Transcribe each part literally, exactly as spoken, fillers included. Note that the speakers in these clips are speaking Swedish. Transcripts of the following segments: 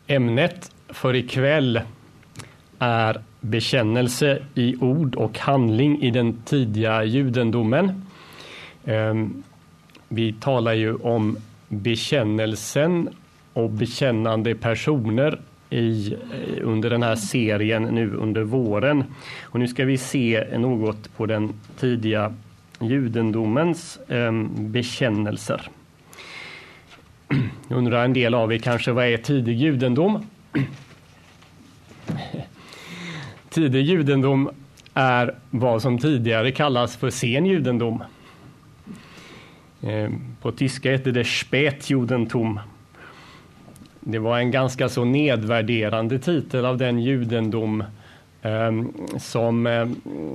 Ämnet för ikväll är bekännelse i ord och handling i den tidiga judendomen. Vi talar ju om bekännelsen och bekännande personer i, under den här serien nu under våren. Och nu ska vi se något på den tidiga judendomens bekännelser. Undrar en del av er kanske, vad är tidig judendom? Tidig judendom är vad som tidigare kallas för sen judendom. På tyska heter det Spätjudentum. Det var en ganska så nedvärderande titel av den judendom eh, som eh,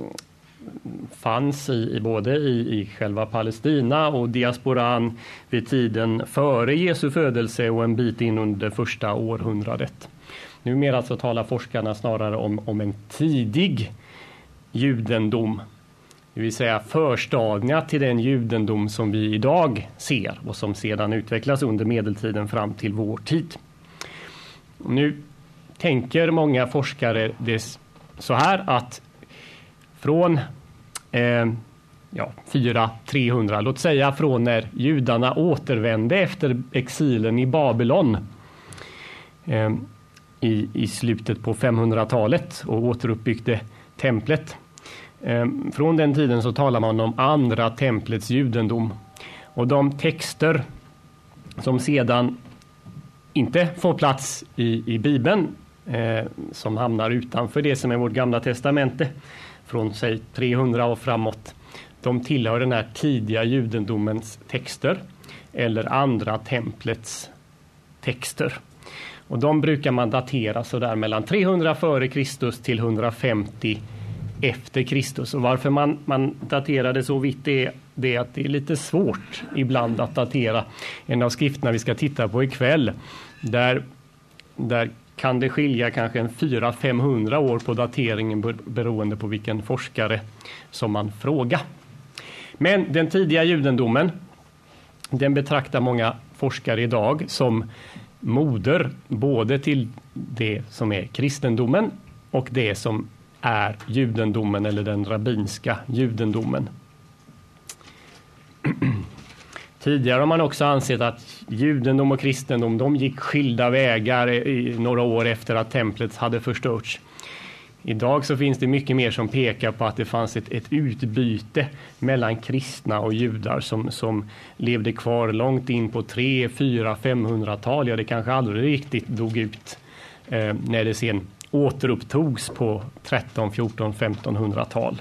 fanns i, i både i, i själva Palestina och diasporan vid tiden före Jesu födelse och en bit in under första århundradet. Numera så talar forskarna snarare om, om en tidig judendom. Det vill säga förstadierna till den judendom som vi idag ser och som sedan utvecklas under medeltiden fram till vår tid. Nu tänker många forskare det så här att från eh, ja, fyra till trehundra, låt säga från när judarna återvände efter exilen i Babylon eh, i, i slutet på femhundratalet och återuppbyggde templet. Från den tiden så talar man om andra templets judendom. Och de texter som sedan inte får plats i, i Bibeln, eh, som hamnar utanför det som är vårt gamla testamente, från sig trehundra och framåt, de tillhör den här tidiga judendomens texter eller andra templets texter. Och de brukar man datera så där mellan trehundra före Kristus till hundrafemtio efter Kristus. Och varför man, man daterar det så vitt är det att det är lite svårt ibland att datera. En av skrifterna vi ska titta på ikväll, där, där kan det skilja kanske en fyra till femhundra år på dateringen beroende på vilken forskare som man frågar. Men den tidiga judendomen, den betraktar många forskare idag som moder både till det som är kristendomen och det som är judendomen eller den rabbinska judendomen. Tidigare har man också ansett att judendom och kristendom, de gick skilda vägar i några år efter att templet hade förstörts. Idag så finns det mycket mer som pekar på att det fanns ett, ett utbyte mellan kristna och judar som, som levde kvar långt in på tre, fyra, femhundratal. Ja, det kanske aldrig riktigt dog ut eh, när det sen återupptogs på tretton, fjorton, femtonhundratal.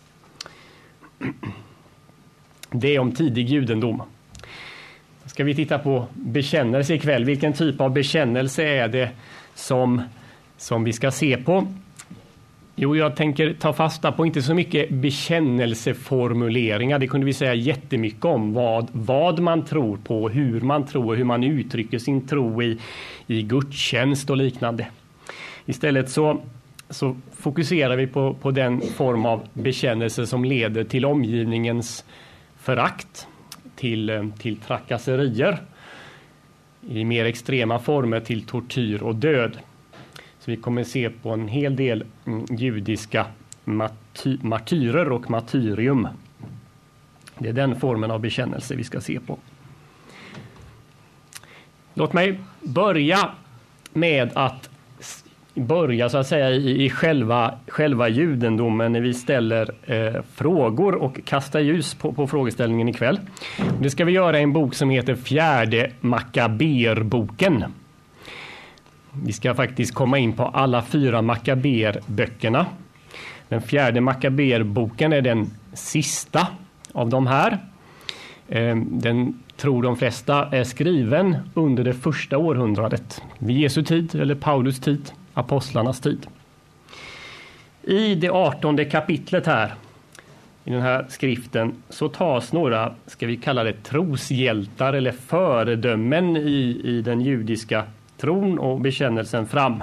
Det är om tidig judendom. Ska vi titta på bekännelse ikväll. Vilken typ av bekännelse är det som, som vi ska se på? Jo, jag tänker ta fasta på inte så mycket bekännelseformuleringar. Det kunde vi säga jättemycket om. Vad, vad man tror på, hur man tror, hur man uttrycker sin tro i, i gudstjänst och liknande. Istället så, så fokuserar vi på, på den form av bekännelse som leder till omgivningens förakt, till, till trakasserier, i mer extrema former till tortyr och död. Så vi kommer se på en hel del judiska marty- martyrer och martyrium. Det är den formen av bekännelse vi ska se på. Låt mig börja med att börja så att säga i, i själva, själva judendomen när vi ställer eh, frågor och kastar ljus på, på frågeställningen ikväll. Det ska vi göra i en bok som heter Fjärde Makaberboken. Vi ska faktiskt komma in på alla fyra Makaberböckerna. Den fjärde Makaberboken är den sista av de här. Eh, den tror de flesta är skriven under det första århundradet. Vid Jesu tid eller Paulus tid. Apostlarnas tid. I det artonde kapitlet här i den här skriften så tas några, ska vi kalla det troshjältar eller föredömen i, i den judiska tron och bekännelsen fram.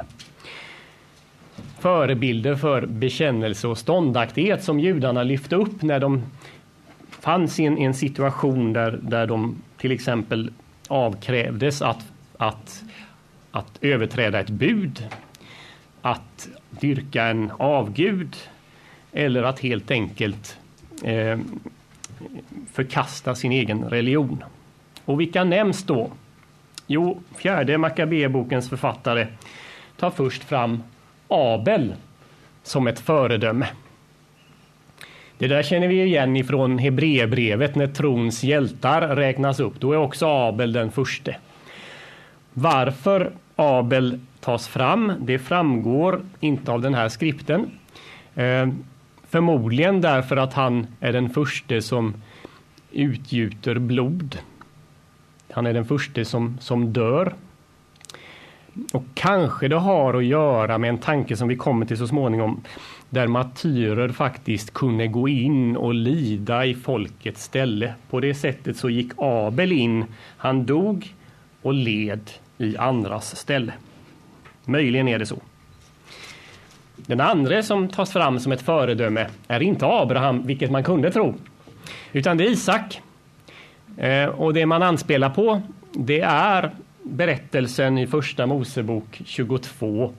Förebilder för bekännelse och ståndaktighet som judarna lyfte upp när de fanns i en, en situation där, där de till exempel avkrävdes att, att att överträda ett bud, att dyrka en avgud eller att helt enkelt eh, förkasta sin egen religion. Och vilka nämns då? Jo, fjärde Makabébokens författare tar först fram Abel som ett föredöme. Det där känner vi igen ifrån Hebreerbrevet när trons hjältar räknas upp. Då är också Abel den förste. Varför Abel tas fram, det framgår inte av den här skriften. Eh, förmodligen därför att han är den förste som utgjuter blod. Han är den första som, som dör. Och kanske det har att göra med en tanke som vi kommer till så småningom, där martyrer faktiskt kunde gå in och lida i folkets ställe. På det sättet så gick Abel in, han dog och led i andras ställe. Möjligen är det så. Den andra som tas fram som ett föredöme är inte Abraham, vilket man kunde tro, utan det är Isak. Eh, och det man anspelar på, det är berättelsen i första Mosebok tjugotvå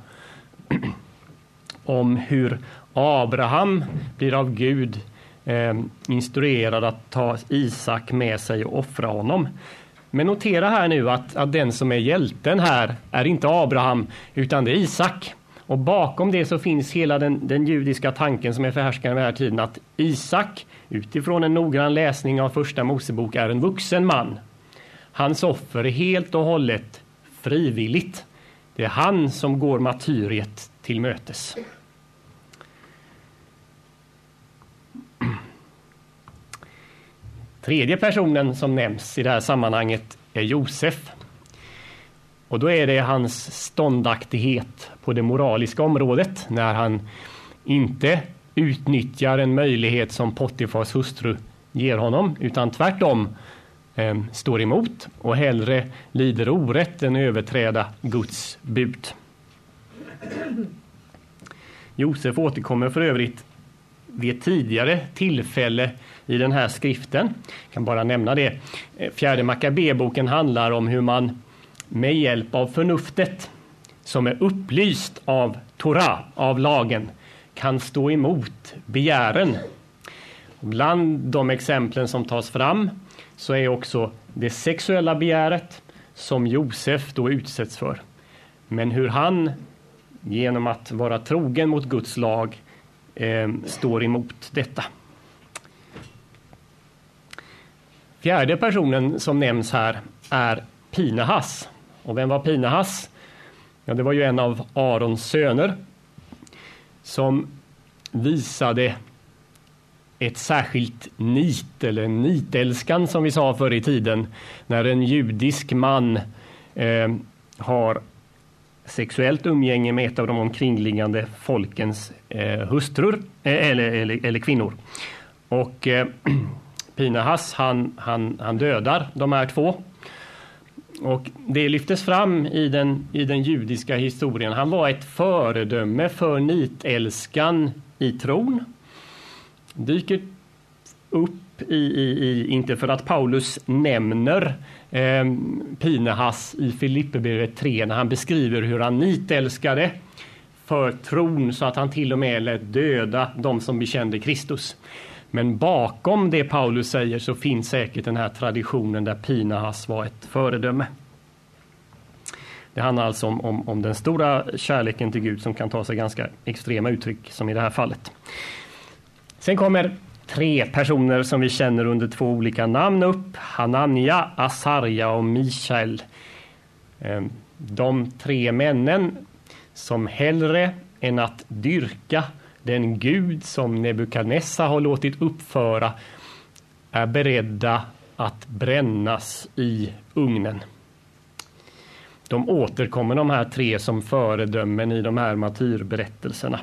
om hur Abraham blir av Gud eh, instruerad att ta Isak med sig och offra honom. Men notera här nu att, att den som är hjälten här är inte Abraham utan det är Isak. Och bakom det så finns hela den, den judiska tanken som är förhärskande vid den här tiden, att Isak utifrån en noggrann läsning av första Mosebok är en vuxen man. Hans offer är helt och hållet frivilligt. Det är han som går martyriet till mötes. Tredje personen som nämns i det här sammanhanget är Josef. Och då är det hans ståndaktighet på det moraliska området när han inte utnyttjar en möjlighet som Pottifars hustru ger honom, utan tvärtom eh, står emot och hellre lider orätt än överträda Guds bud. Josef återkommer för övrigt vid ett tidigare tillfälle i den här skriften. Jag kan bara nämna det. Fjärde Makabéboken handlar om hur man med hjälp av förnuftet som är upplyst av Torah, av lagen, kan stå emot begären. Bland de exemplen som tas fram så är också det sexuella begäret som Josef då utsätts för. Men hur han genom att vara trogen mot Guds lag eh, står emot detta. Fjärde personen som nämns här är Pinehas. Och vem var Pinehas? Ja, det var ju en av Arons söner som visade ett särskilt nit eller nitälskan som vi sa förr i tiden, när en judisk man eh, har sexuellt umgänge med ett av de omkringliggande folkens eh, hustrur eh, eller, eller, eller kvinnor. Och eh, Pinehas han, han, han dödar de här två. Och det lyftes fram i den, i den judiska historien. Han var ett föredöme för nitälskan i tron. Dyker upp i, i, i inte för att Paulus nämner eh, Pinehas i Filipperbrevet tre när han beskriver hur han nitälskade för tron så att han till och med lät döda de som bekände Kristus. Men bakom det Paulus säger så finns säkert den här traditionen där Pinehas var ett föredöme. Det handlar alltså om, om, om den stora kärleken till Gud som kan ta sig ganska extrema uttryck som i det här fallet. Sen kommer tre personer som vi känner under två olika namn upp. Hanania, Asarja och Mishael. De tre männen som hellre än att dyrka den Gud som Nebukadnessar har låtit uppföra är beredda att brännas i ugnen. De återkommer de här tre som föredömen i de här martyrberättelserna.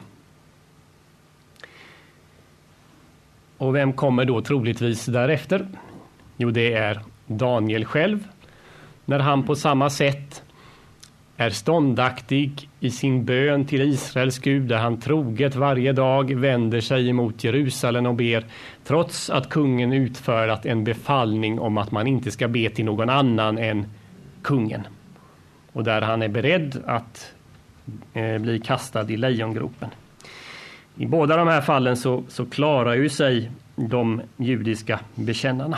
Och vem kommer då troligtvis därefter? Jo, det är Daniel själv. När han på samma sätt är ståndaktig i sin bön till Israels Gud, där han troget varje dag vänder sig emot Jerusalem och ber, trots att kungen utfärdat en befallning om att man inte ska be till någon annan än kungen. och där han är beredd att eh, bli kastad i lejongropen. I båda de här fallen så, så klarar ju sig de judiska bekännarna.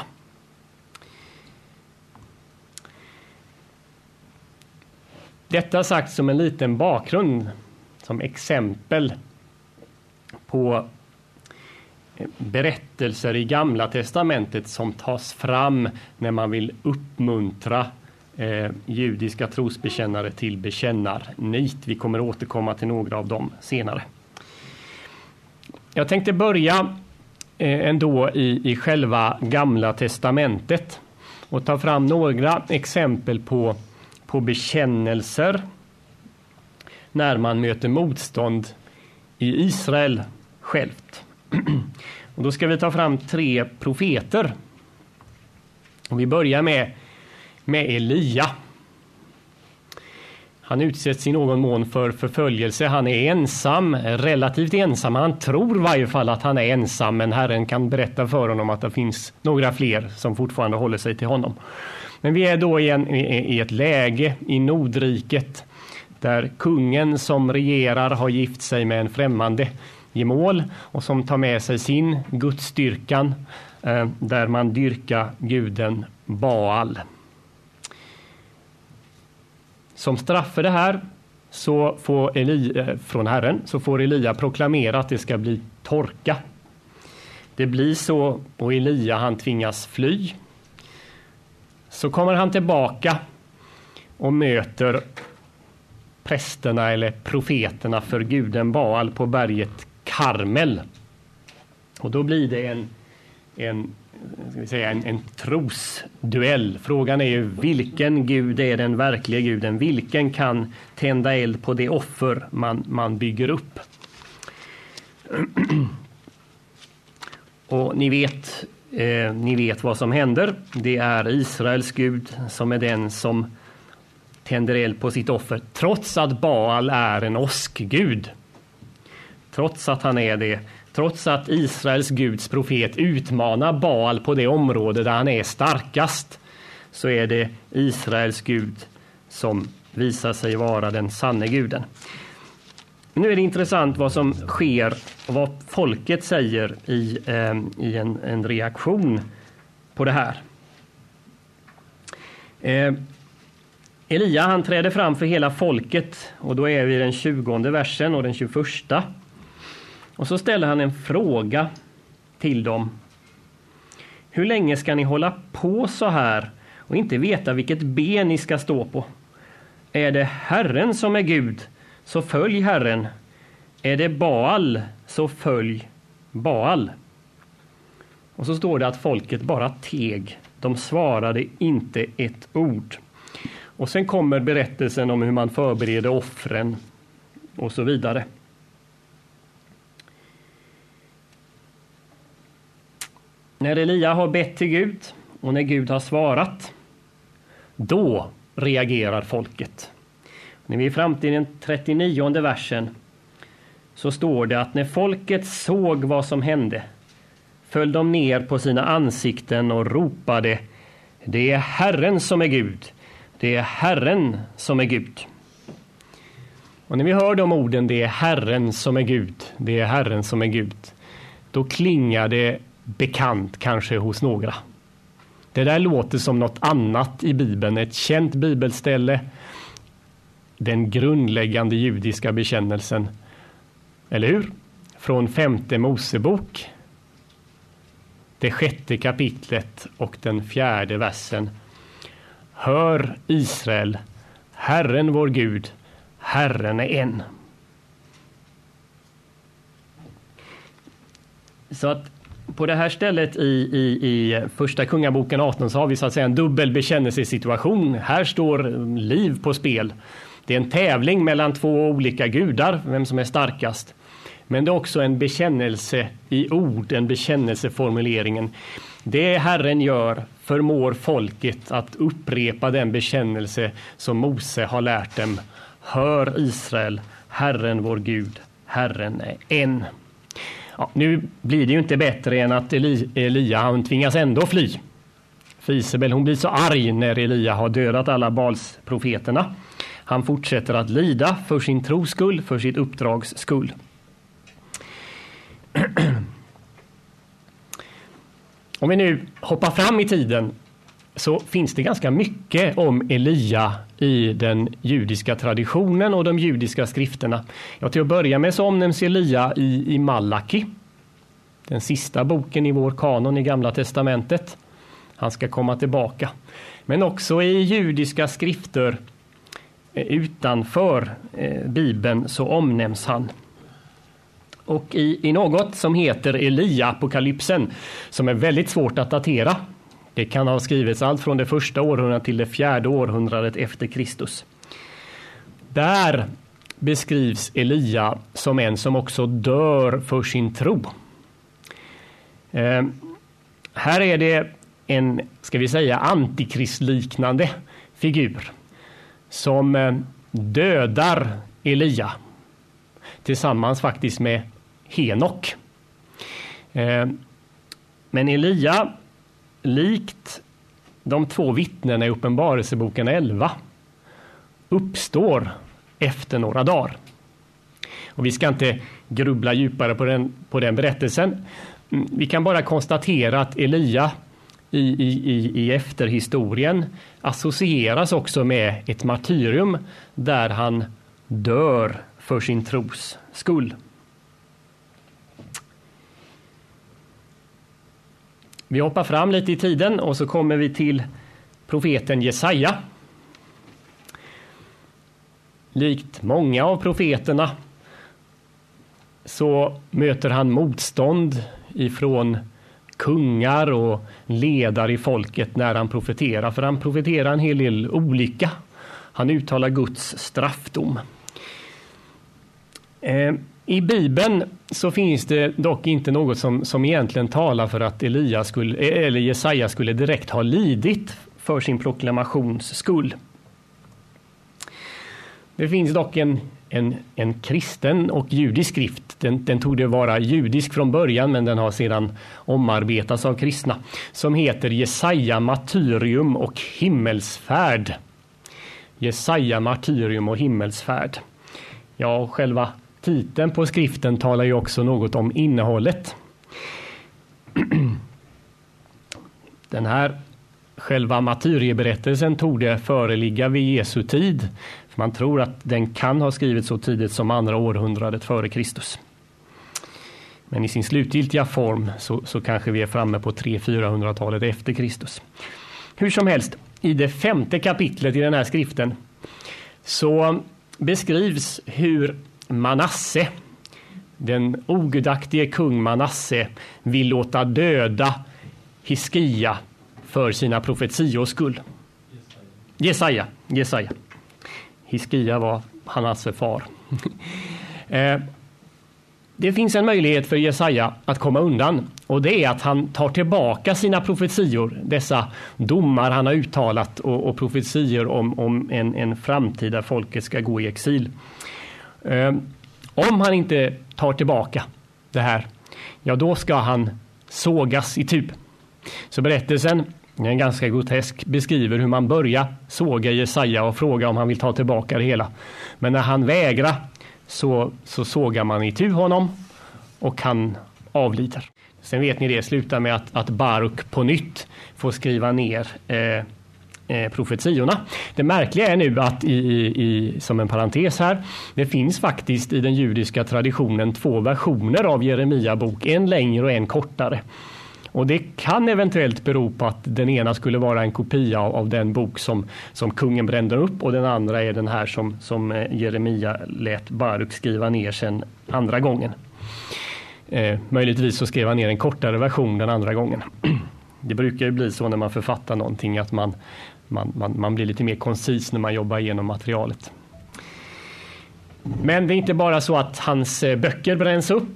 Detta sagt som en liten bakgrund, som exempel på berättelser i Gamla testamentet som tas fram när man vill uppmuntra eh, judiska trosbekännare till bekännarnit. Vi kommer återkomma till några av dem senare. Jag tänkte börja eh, ändå i, i själva Gamla testamentet och ta fram några exempel på, på bekännelser när man möter motstånd i Israel självt. Och då ska vi ta fram tre profeter. Och vi börjar med, med Elia. Han utsätts i någon mån för förföljelse. Han är ensam, relativt ensam. Han tror i varje fall att han är ensam, men Herren kan berätta för honom att det finns några fler som fortfarande håller sig till honom. Men vi är då i, en, i ett läge i Nordriket där kungen som regerar har gift sig med en främmande gemål och som tar med sig sin gudsdyrkan eh, där man dyrkar guden Baal. Som straff för det här så får Elia, från Herren så får Elia proklamera att det ska bli torka. Det blir så och Elia han tvingas fly. Så kommer han tillbaka och möter prästerna eller profeterna för guden Baal på berget Karmel. Och då blir det en, en, ska vi säga, en, en trosduell. Frågan är ju vilken gud är den verkliga guden? Vilken kan tända eld på det offer man, man bygger upp? Och ni vet, eh, ni vet vad som händer. Det är Israels gud som är den som tänder eld på sitt offer. Trots att Baal är en åskgud. Trots att han är det. Trots att Israels Guds profet utmanar Baal på det område där han är starkast, så är det Israels Gud som visar sig vara den sanne guden. Nu är det intressant vad som sker och vad folket säger i, eh, i en, en reaktion på det här. Eh, Elia han träder fram för hela folket och då är vi i den tjugonde versen och den tjugoförsta. Och så ställer han en fråga till dem. Hur länge ska ni hålla på så här och inte veta vilket ben ni ska stå på? Är det Herren som är Gud, så följ Herren. Är det Baal, så följ Baal. Och så står det att folket bara teg. De svarade inte ett ord. Och sen kommer berättelsen om hur man förbereder offren och så vidare. När Elia har bett till Gud och när Gud har svarat, då reagerar folket. När vi är fram till den trettionionde versen så står det att när folket såg vad som hände föll de ner på sina ansikten och ropade: det är Herren som är Gud, det är Herren som är Gud. Och när vi hör de orden, det är Herren som är Gud, det är Herren som är Gud, då klingar det bekant kanske hos några. Det där låter som något annat i Bibeln, ett känt bibelställe, den grundläggande judiska bekännelsen, eller hur? Från femte Mosebok, det sjätte kapitlet och den fjärde versen. Hör Israel, Herren vår Gud, Herren är en. Så att på det här stället i, i, i första kungaboken arton så har vi så att säga en dubbel bekännelsesituation. Här står liv på spel. Det är en tävling mellan två olika gudar, vem som är starkast. Men det är också en bekännelse i ord, en bekännelseformuleringen. Det Herren gör förmår folket att upprepa den bekännelse som Mose har lärt dem. Hör Israel, Herren vår Gud, Herren är en. Ja, nu blir det ju inte bättre än att Eli, Elia han tvingas ändå fly. För Isabel hon blir så arg när Elia har dödat alla Baals profeterna. Han fortsätter att lida för sin tros skull, för sitt uppdrags skull. Om vi nu hoppar fram i tiden så finns det ganska mycket om Elia i den judiska traditionen och de judiska skrifterna. Ja, till att börja med så omnämns Elia i, i Malaki, den sista boken i vår kanon i Gamla testamentet. Han ska komma tillbaka. Men också i judiska skrifter utanför eh, Bibeln så omnämns han. Och i, i något som heter Elia-apokalypsen, som är väldigt svårt att datera. Det kan ha skrivits allt från det första århundradet till det fjärde århundradet efter Kristus. Där beskrivs Elia som en som också dör för sin tro. Eh, här är det en, ska vi säga, antikristliknande figur som eh, dödar Elia tillsammans faktiskt med Henok. Eh, men Elia, likt de två vittnena i Uppenbarelseboken elva, uppstår efter några dagar. Och vi ska inte grubbla djupare på den, på den berättelsen. Vi kan bara konstatera att Elia i, i, i, i efterhistorien associeras också med ett martyrium där han dör för sin tros skull. Vi hoppar fram lite i tiden och så kommer vi till profeten Jesaja. Likt många av profeterna så möter han motstånd ifrån kungar och ledare i folket när han profeterar. För han profeterar en hel del olika. Han uttalar Guds straffdom. Eh, I Bibeln så finns det dock inte något som, som egentligen talar för att Elia skulle, eller Jesaja skulle direkt ha lidit för sin proklamations skull. Det finns dock en, en, en kristen och judisk skrift. Den, den tog det vara judisk från början, men den har sedan omarbetats av kristna. Som heter Jesaja martyrium och himmelsfärd. Jesaja martyrium och himmelsfärd. Ja, själva titeln på skriften talar ju också något om innehållet. Den här själva martyrieberättelsen tog det föreligga vid Jesu tid. Man tror att den kan ha skrivits så tidigt som andra århundradet före Kristus. Men i sin slutgiltiga form så, så kanske vi är framme på tre till fyrahundratalet efter Kristus. Hur som helst, i det femte kapitlet i den här skriften så beskrivs hur Manasse, den ogudaktige kung Manasse, vill låta döda Hiskia för sina profetiors skull. Jesaja, Jesaja. Hiskia var Manasse far. eh, det finns en möjlighet för Jesaja att komma undan, och det är att han tar tillbaka sina profetior, dessa domar han har uttalat och, och profetior om, om en, en framtid där folket ska gå i exil. Eh, om han inte tar tillbaka det här, ja då ska han sågas i tub. Så berättelsen, en ganska grotesk, beskriver hur man börjar såga Jesaja och fråga om han vill ta tillbaka det hela. Men när han vägrar så, så sågar man i tu honom och han avlider. Sen vet ni det, slutar med att, att Baruk på nytt får skriva ner eh, eh, profetiorna. Det märkliga är nu att i, i, som en parentes här, det finns faktiskt i den judiska traditionen två versioner av Jeremia bok, en längre och en kortare. Och det kan eventuellt bero på att den ena skulle vara en kopia av, av den bok som, som kungen brände upp, och den andra är den här som, som Jeremia lät Baruk skriva ner sen andra gången. Eh, möjligtvis så skrev han ner en kortare version den andra gången. Det brukar ju bli så när man författar någonting att man, man, man, man blir lite mer koncis när man jobbar igenom materialet. Men det är inte bara så att hans böcker bränns upp.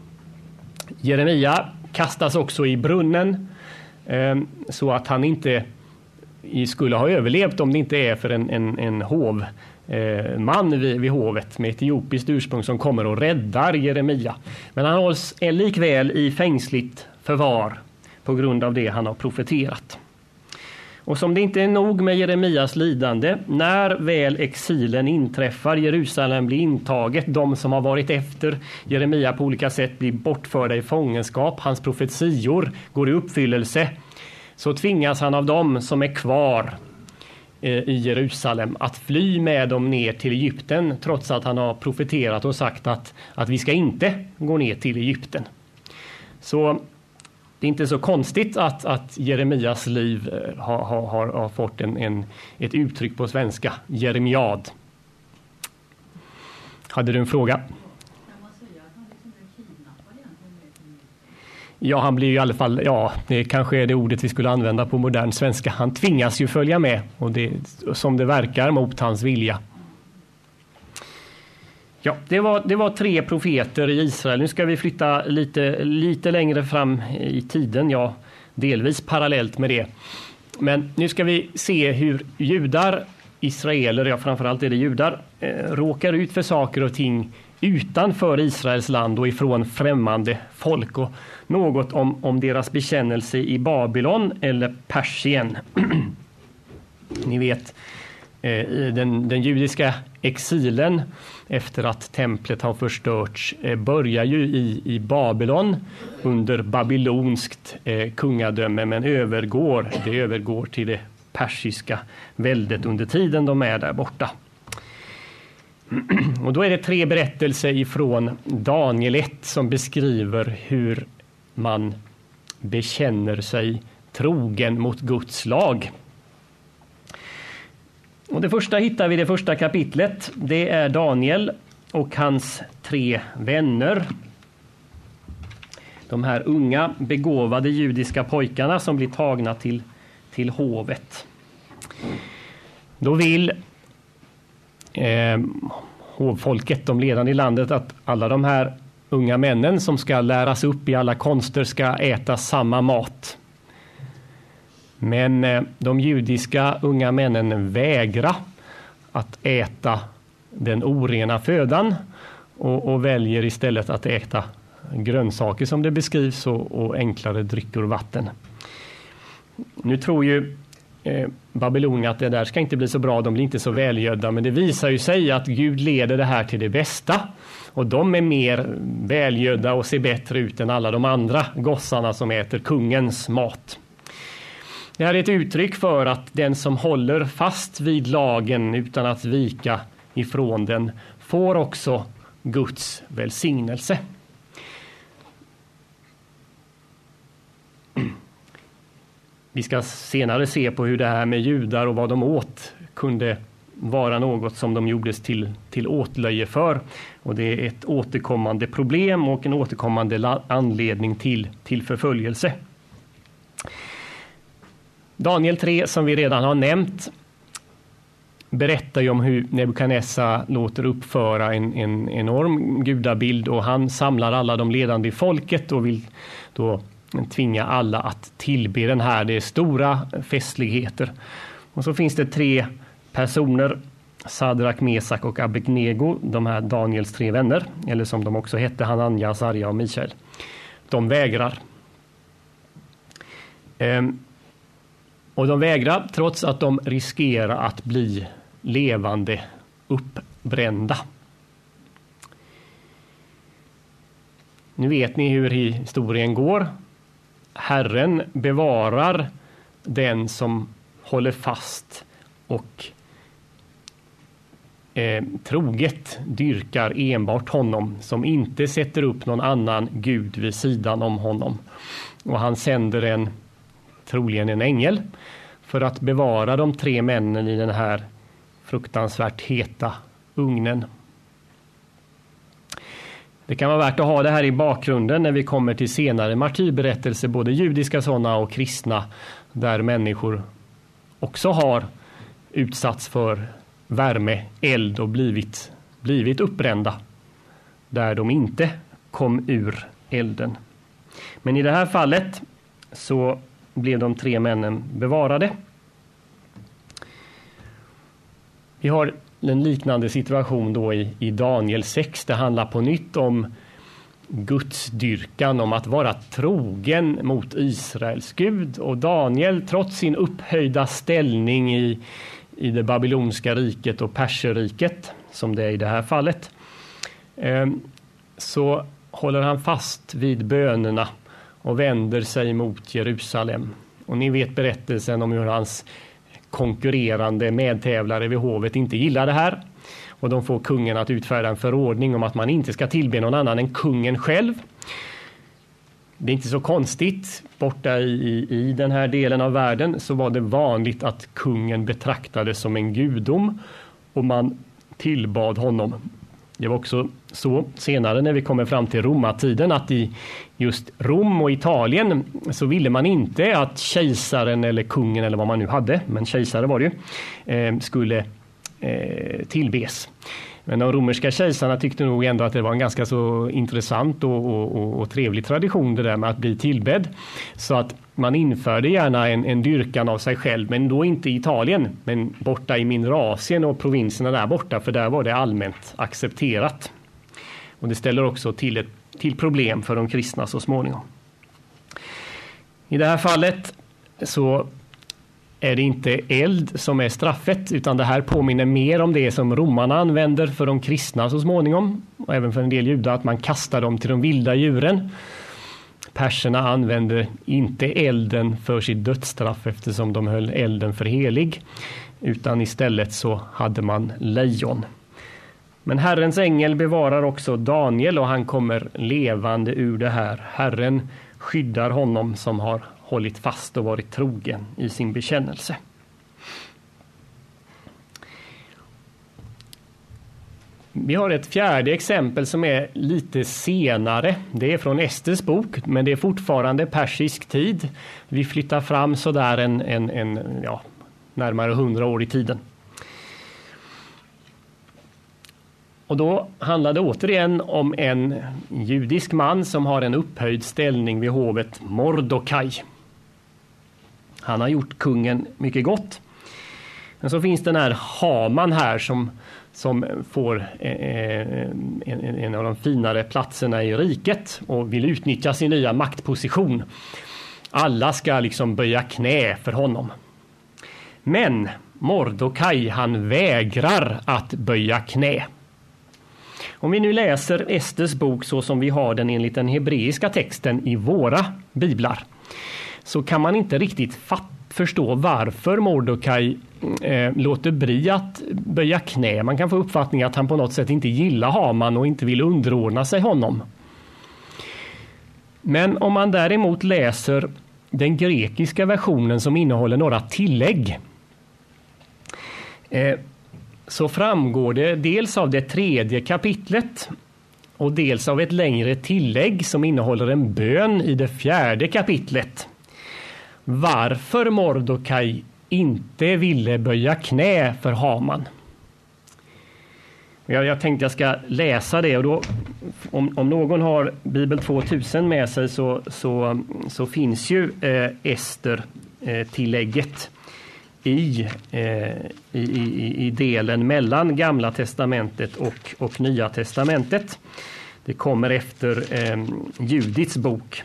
Jeremia kastas också i brunnen eh, så att han inte skulle ha överlevt om det inte är för en, en, en hov, eh, man vid, vid hovet med etiopiskt ursprung som kommer och räddar Jeremia. Men han hålls likväl i fängsligt förvar på grund av det han har profeterat. Och som det inte är nog med Jeremias lidande, när väl exilen inträffar, Jerusalem blir intaget, de som har varit efter Jeremia på olika sätt blir bortförda i fångenskap, hans profetior går i uppfyllelse, så tvingas han av dem som är kvar i Jerusalem att fly med dem ner till Egypten, trots att han har profeterat och sagt att, att vi ska inte gå ner till Egypten. Så det är inte så konstigt att, att Jeremias liv har, har, har fått en, en, ett uttryck på svenska, jeremiad. Hade du en fråga? Ja, han blir ju i alla fall, ja, det kanske är det ordet vi skulle använda på modern svenska. Han tvingas ju följa med, och det, som det verkar, mot hans vilja. Ja, det var, det var tre profeter i Israel. Nu ska vi flytta lite, lite längre fram i tiden, ja, delvis parallellt med det. Men nu ska vi se hur judar, israeler, ja framförallt är det judar, eh, råkar ut för saker och ting utanför Israels land och ifrån främmande folk, och något om, om deras bekännelse i Babylon eller Persien. Ni vet, eh, den, den judiska exilen efter att templet har förstörts eh, börjar ju i, i Babylon under babylonskt eh, kungadöme, men övergår, det övergår till det persiska väldet under tiden de är där borta. Och då är det tre berättelser ifrån Daniel ett som beskriver hur man bekänner sig trogen mot Guds lag. Och det första hittar vi i det första kapitlet. Det är Daniel och hans tre vänner. De här unga begåvade judiska pojkarna som blir tagna till, till hovet. Då vill eh, hovfolket, de ledande i landet, att alla de här unga männen som ska läras upp i alla konster ska äta samma mat. Men eh, de judiska unga männen vägrar att äta den orena födan och, och väljer istället att äta grönsaker som det beskrivs och, och enklare drycker och vatten. Nu tror ju eh, Babylonien att det där ska inte bli så bra, de blir inte så välgödda, men det visar ju sig att Gud leder det här till det bästa, och de är mer välgödda och ser bättre ut än alla de andra gossarna som äter kungens mat. Det här är ett uttryck för att den som håller fast vid lagen utan att vika ifrån den får också Guds välsignelse. Vi ska senare se på hur det här med judar och vad de åt kunde vara något som de gjordes till, till åtlöje för. Och det är ett återkommande problem och en återkommande anledning till, till förföljelse. Daniel tre, som vi redan har nämnt, berättar ju om hur Nebukadnessar låter uppföra en, en enorm gudabild, och han samlar alla de ledande i folket och vill då tvinga alla att tillbe den här. Det är stora festligheter. Och så finns det tre personer, Sadrak, Mesak och Abednego, de här Daniels tre vänner, eller som de också hette, Hananja, Asarja och Mishael. De vägrar. Ehm, och de vägrar trots att de riskerar att bli levande uppbrända. Nu vet ni hur historien går. Herren bevarar den som håller fast och eh, troget dyrkar enbart honom, som inte sätter upp någon annan gud vid sidan om honom. Och han sänder en, troligen en ängel, för att bevara de tre männen i den här fruktansvärt heta ugnen. Det kan vara värt att ha det här i bakgrunden när vi kommer till senare martyrberättelser, både judiska sådana och kristna, där människor också har utsatts för värme, eld och blivit, blivit uppbrända där de inte kom ur elden. Men i det här fallet så blev de tre männen bevarade. Vi har en liknande situation då i, i Daniel sex. Det handlar på nytt om gudsdyrkan, om att vara trogen mot Israels Gud. Och Daniel, trots sin upphöjda ställning i, i det babyloniska riket och perserriket, som det är i det här fallet, eh, så håller han fast vid bönerna och vänder sig mot Jerusalem. Och ni vet berättelsen om hur hans konkurrerande medtävlare vid hovet inte gillar det här. Och de får kungen att utfärda en förordning om att man inte ska tillbe någon annan än kungen själv. Det är inte så konstigt. Borta i, i, i den här delen av världen så var det vanligt att kungen betraktades som en gudom och man tillbad honom. Det var också så senare när vi kommer fram till romartiden att i just Rom och Italien så ville man inte att kejsaren eller kungen eller vad man nu hade, men kejsare var det ju, eh, skulle eh, tillbes. Men de romerska kejsarna tyckte nog ändå att det var en ganska så intressant och, och, och, och trevlig tradition det där med att bli tillbedd. Så att man införde gärna en, en dyrkan av sig själv, men då inte i Italien, men borta i mindre Asien och provinserna där borta, för där var det allmänt accepterat. Och det ställer också till ett till problem för de kristna så småningom. I det här fallet så är det inte eld som är straffet, utan det här påminner mer om det som romarna använder för de kristna så småningom, och även för en del judar, att man kastar dem till de vilda djuren. Perserna använde inte elden för sitt dödsstraff eftersom de höll elden för helig, utan istället så hade man lejon. Men Herrens ängel bevarar också Daniel och han kommer levande ur det här. Herren skyddar honom som har hållit fast och varit trogen i sin bekännelse. Vi har ett fjärde exempel som är lite senare. Det är från Esters bok, men det är fortfarande persisk tid. Vi flyttar fram så där en, en, en ja, närmare hundra år i tiden. Och då handlar det återigen om en judisk man som har en upphöjd ställning vid hovet, Mordokaj. Han har gjort kungen mycket gott. Men så finns den här Haman här som, som får eh, en, en av de finare platserna i riket och vill utnyttja sin nya maktposition. Alla ska liksom böja knä för honom. Men Mordokaj, han vägrar att böja knä. Om vi nu läser Esters bok så som vi har den enligt den hebreiska texten i våra biblar, så kan man inte riktigt fatt, förstå varför Mordokaj eh, låter bli att böja knä. Man kan få uppfattningen att han på något sätt inte gillar Haman och inte vill underordna sig honom. Men om man däremot läser den grekiska versionen som innehåller några tillägg, eh, så framgår det dels av det tredje kapitlet och dels av ett längre tillägg som innehåller en bön i det fjärde kapitlet. Varför Mordokaj inte ville böja knä för Haman. Jag, jag tänkte jag ska läsa det, och då, om, om någon har Bibel tvåtusen med sig så, så, så finns ju eh, Ester eh, tillägget i, eh, i, i, i delen mellan Gamla testamentet och, och Nya testamentet. Det kommer efter eh, Judits bok.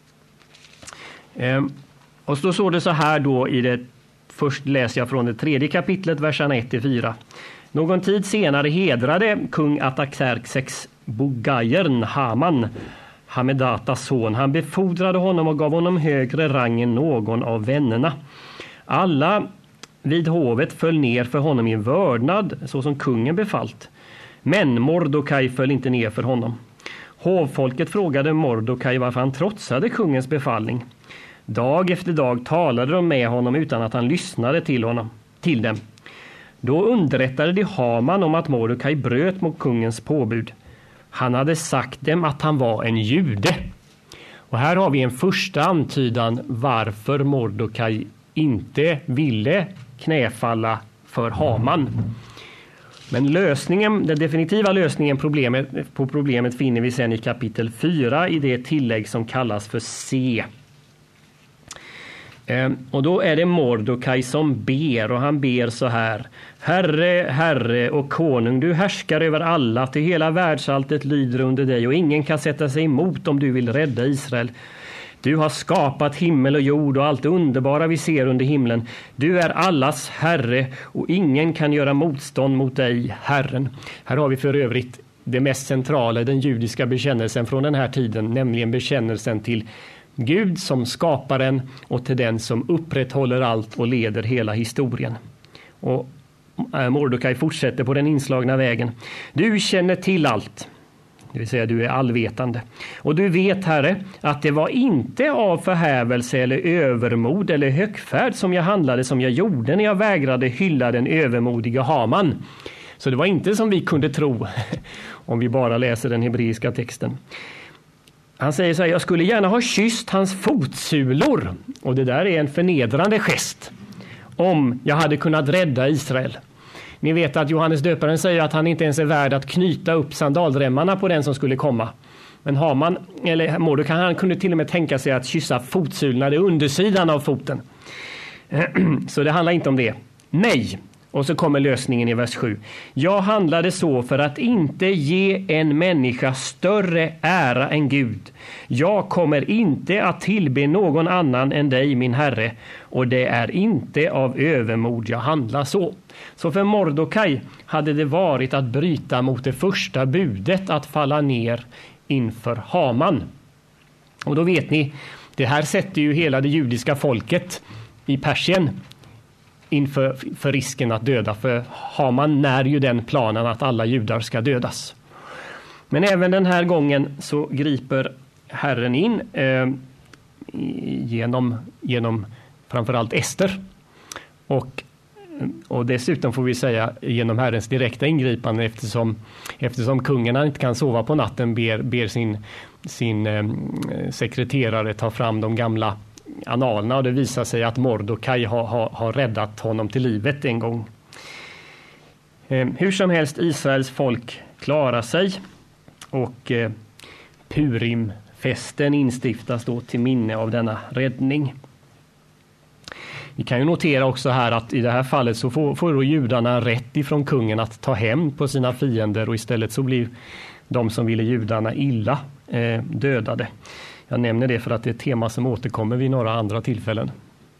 Eh, och så står det så här då i det, först läser jag från det tredje kapitlet, verserna ett till fyra. Någon tid senare hedrade kung Artaxerxes Bogajern Haman, Hamedatas son. Han befordrade honom och gav honom högre rang än någon av vännerna. Alla vid hovet föll ner för honom i vördnad, så som kungen befallt. Men Mordokaj föll inte ner för honom. Hovfolket frågade Mordokaj varför han trotsade kungens befallning. Dag efter dag talade de med honom utan att han lyssnade till honom, till dem. Då underrättade de Haman om att Mordokaj bröt mot kungens påbud. Han hade sagt dem att han var en jude. Och här har vi en första antydan varför Mordokaj inte ville knäfalla för Haman. Men lösningen, den definitiva lösningen problemet, på problemet finner vi sedan i kapitel fyra i det tillägg som kallas för C. Och då är det Mordokaj som ber, och han ber så här: Herre, Herre och konung, du härskar över alla, till hela världsalltet lyder under dig, och ingen kan sätta sig emot om du vill rädda Israel. Du har skapat himmel och jord och allt det underbara vi ser under himlen. Du är allas Herre, och ingen kan göra motstånd mot dig, Herren. Här har vi för övrigt det mest centrala, den judiska bekännelsen från den här tiden, nämligen bekännelsen till Gud som skaparen och till den som upprätthåller allt och leder hela historien. Och Mordokaj fortsätter på den inslagna vägen. Du känner till allt, det vill säga du är allvetande. Och du vet, Herre, att det var inte av förhävelse eller övermod eller högfärd som jag handlade som jag gjorde när jag vägrade hylla den övermodiga Haman. Så det var inte som vi kunde tro om vi bara läser den hebreiska texten. Han säger så här: jag skulle gärna ha kysst hans fotsulor. Och det där är en förnedrande gest. Om jag hade kunnat rädda Israel. Ni vet att Johannes döparen säger att han inte ens är värd att knyta upp sandalremmarna på den som skulle komma. Men Haman, eller Mordokaj, han kunde till och med tänka sig att kyssa fotsulorna, det undersidan av foten. Så det handlar inte om det. Nej. Och så kommer lösningen i vers sju. Jag handlade så för att inte ge en människa större ära än Gud. Jag kommer inte att tillbe någon annan än dig, min Herre. Och det är inte av övermod jag handlar så. Så för Mordokaj hade det varit att bryta mot det första budet, att falla ner inför Haman. Och då vet ni, det här sätter ju hela det judiska folket i Persien inför för risken att döda, för Haman när ju den planen att alla judar ska dödas. Men även den här gången så griper Herren in eh, genom, genom framförallt Ester, och, och dessutom får vi säga genom Herrens direkta ingripande, eftersom, eftersom kungen inte kan sova på natten ber, ber sin, sin eh, sekreterare ta fram de gamla analerna, och det visar sig att Mordokaj har, har, har räddat honom till livet en gång. Eh, hur som helst, Israels folk klarar sig, och eh, Purimfesten instiftas då till minne av denna räddning. Vi kan ju notera också här att i det här fallet så får, får då judarna rätt ifrån kungen att ta hem på sina fiender, och istället så blir de som ville judarna illa eh, dödade. Jag nämner det för att det är ett tema som återkommer vid några andra tillfällen.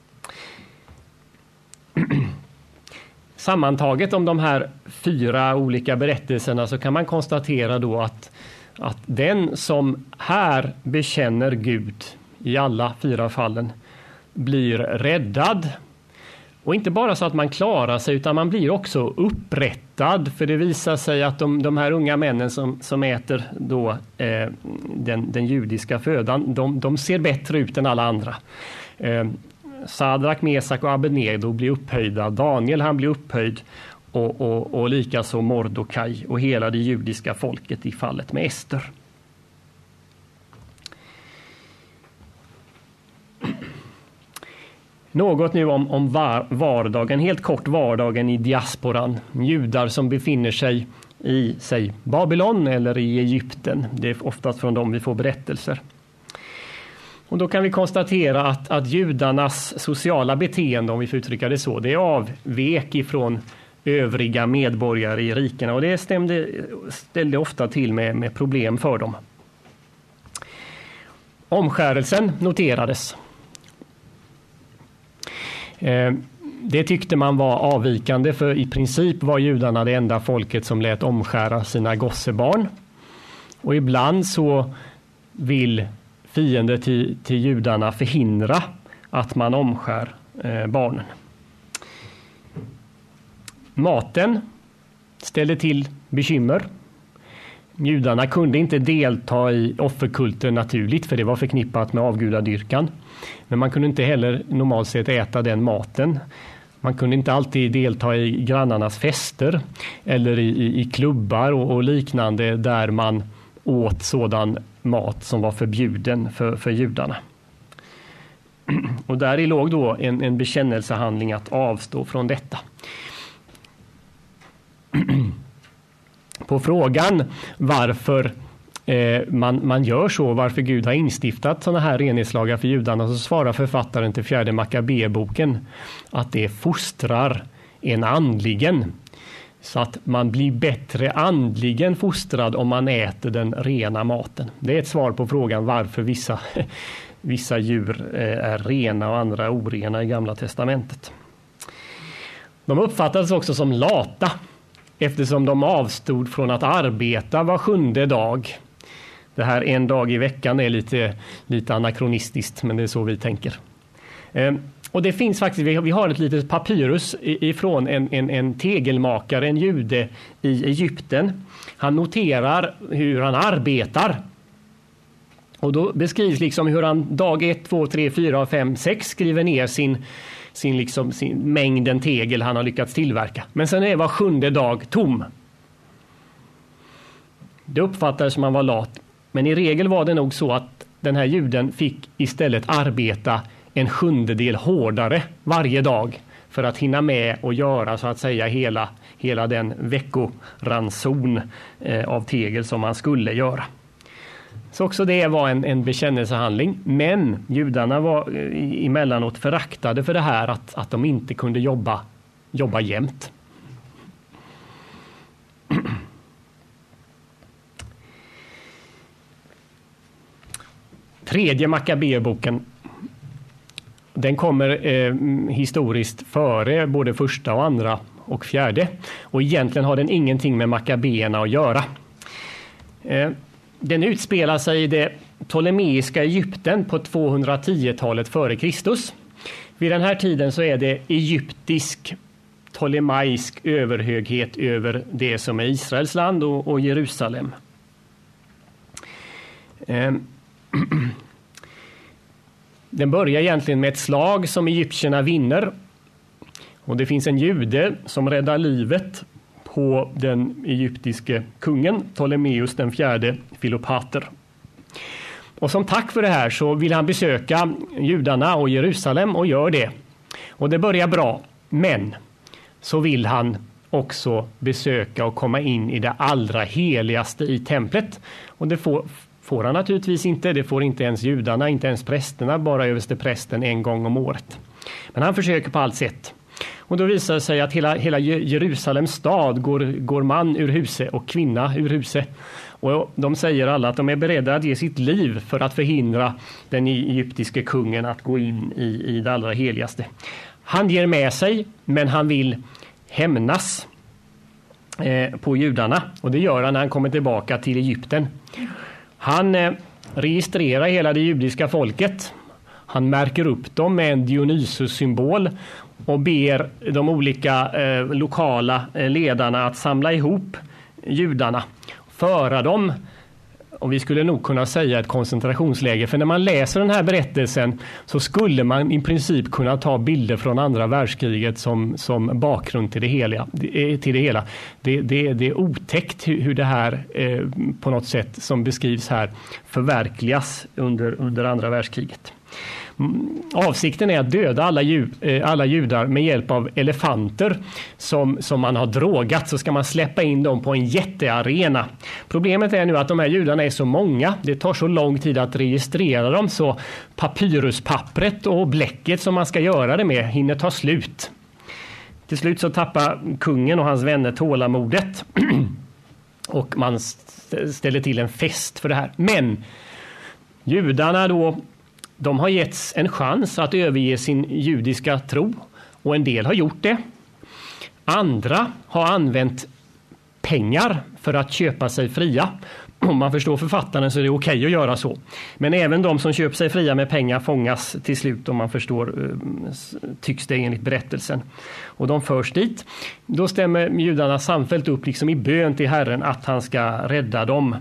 Sammantaget om de här fyra olika berättelserna så kan man konstatera då att, att den som här bekänner Gud i alla fyra fallen blir räddad. Och inte bara så att man klarar sig, utan man blir också upprättad. För det visar sig att de, de här unga männen som, som äter då, eh, den, den judiska födan, de, de ser bättre ut än alla andra. Eh, Sadrak, Mesak och Abednego blir upphöjda. Daniel, han blir upphöjd. Och, och, och likaså Mordokaj och hela det judiska folket i fallet med Ester. Något nu om, om var, vardagen, helt kort vardagen i diasporan. Judar som befinner sig i sig Babylon eller i Egypten. Det är oftast från dem vi får berättelser. Och då kan vi konstatera att, att judarnas sociala beteende, om vi får uttrycka det så, det avvek ifrån övriga medborgare i rikena, och det stämde, ställde ofta till med, med problem för dem. Omskärelsen noterades. Det tyckte man var avvikande, för i princip var judarna det enda folket som lät omskära sina gossebarn. Och ibland så vill fiender till, till judarna förhindra att man omskär eh, barnen. Maten ställde till bekymmer. Judarna kunde inte delta i offerkulten naturligt, för det var förknippat med avgudadyrkan. Men man kunde inte heller normalt sett äta den maten. Man kunde inte alltid delta i grannarnas fester eller i, i, i klubbar och, och liknande där man åt sådan mat som var förbjuden för, för judarna. Och där låg då en, en bekännelsehandling att avstå från detta. På frågan varför eh, man, man gör så, varför Gud har instiftat sådana här renhetslagar för judarna, så svarar författaren till fjärde Makabeboken att det fostrar en andligen. Så att man blir bättre andligen fostrad om man äter den rena maten. Det är ett svar på frågan varför vissa, vissa djur är rena och andra orena i Gamla testamentet. De uppfattades också som lata eftersom de avstod från att arbeta var sjunde dag. Det här en dag i veckan är lite, lite anakronistiskt, men det är så vi tänker. Och det finns faktiskt, vi har ett litet papyrus ifrån en, en, en tegelmakare, en jude i Egypten. Han noterar hur han arbetar. Och då beskrivs liksom hur han dag ett, två, tre, fyra, fem, sex skriver ner sin, sin, liksom, sin mängden tegel han har lyckats tillverka. Men sen är var sjunde dag tom. Det uppfattades som han var lat. Men i regel var det nog så att den här juden fick istället arbeta en sjundedel hårdare varje dag för att hinna med och göra så att säga hela, hela den veckoranson eh, av tegel som man skulle göra. Så också det var en, en bekännelsehandling, men judarna var eh, emellanåt föraktade för det här att, att de inte kunde jobba, jobba jämt. Tredje Makabeboken, den kommer eh, historiskt före både första och andra och fjärde. Och egentligen har den ingenting med Makabeerna att göra. Eh, den utspelar sig i det ptolemeiska Egypten på tvåhundratio-talet före Kristus. Vid den här tiden så är det egyptisk ptolemaisk överhöghet över det som är Israels land och, och Jerusalem. Eh, Den börjar egentligen med ett slag som egyptierna vinner. Och det finns en jude som räddar livet på den egyptiske kungen, Ptolemeus den fjärde Filopater. Och som tack för det här så vill han besöka judarna och Jerusalem och gör det. Och det börjar bra, men så vill han också besöka och komma in i det allra heligaste i templet. Och det får... får han naturligtvis inte. Det får inte ens judarna, inte ens prästerna, bara överste prästen en gång om året. Men han försöker på allt sätt. Och då visar det sig att hela, hela Jerusalems stad går, går man ur huset och kvinna ur huset. Och de säger alla att de är beredda att ge sitt liv för att förhindra den egyptiske kungen att gå in i, i det allra heligaste. Han ger med sig, men han vill hämnas eh, på judarna. Och det gör han när han kommer tillbaka till Egypten. Han eh, registrerar hela det judiska folket. Han märker upp dem med en Dionysus-symbol och ber de olika eh, lokala eh, ledarna att samla ihop judarna. Föra dem, och vi skulle nog kunna säga ett koncentrationsläger. För när man läser den här berättelsen så skulle man i princip kunna ta bilder från andra världskriget som, som bakgrund till det hela. Till det, hela. Det, det, det är otäckt hur, hur det här eh, på något sätt som beskrivs här förverkligas under, under andra världskriget. Avsikten är att döda alla, ju, alla judar med hjälp av elefanter som, som man har drogat. Så ska man släppa in dem på en jättearena. Problemet är nu att de här judarna är så många. Det tar så lång tid att registrera dem, så papyruspappret och bläcket som man ska göra det med hinner ta slut. Till slut så tappar kungen och hans vänner tålamodet och man ställer till en fest för det här. Men judarna då, de har getts en chans att överge sin judiska tro, och en del har gjort det. Andra har använt pengar för att köpa sig fria. Om man förstår författaren så är det okej att göra så. Men även de som köper sig fria med pengar fångas till slut, om man förstår, tycks det enligt berättelsen. Och de förs dit. Då stämmer judarna samfällt upp liksom i bön till Herren att han ska rädda dem.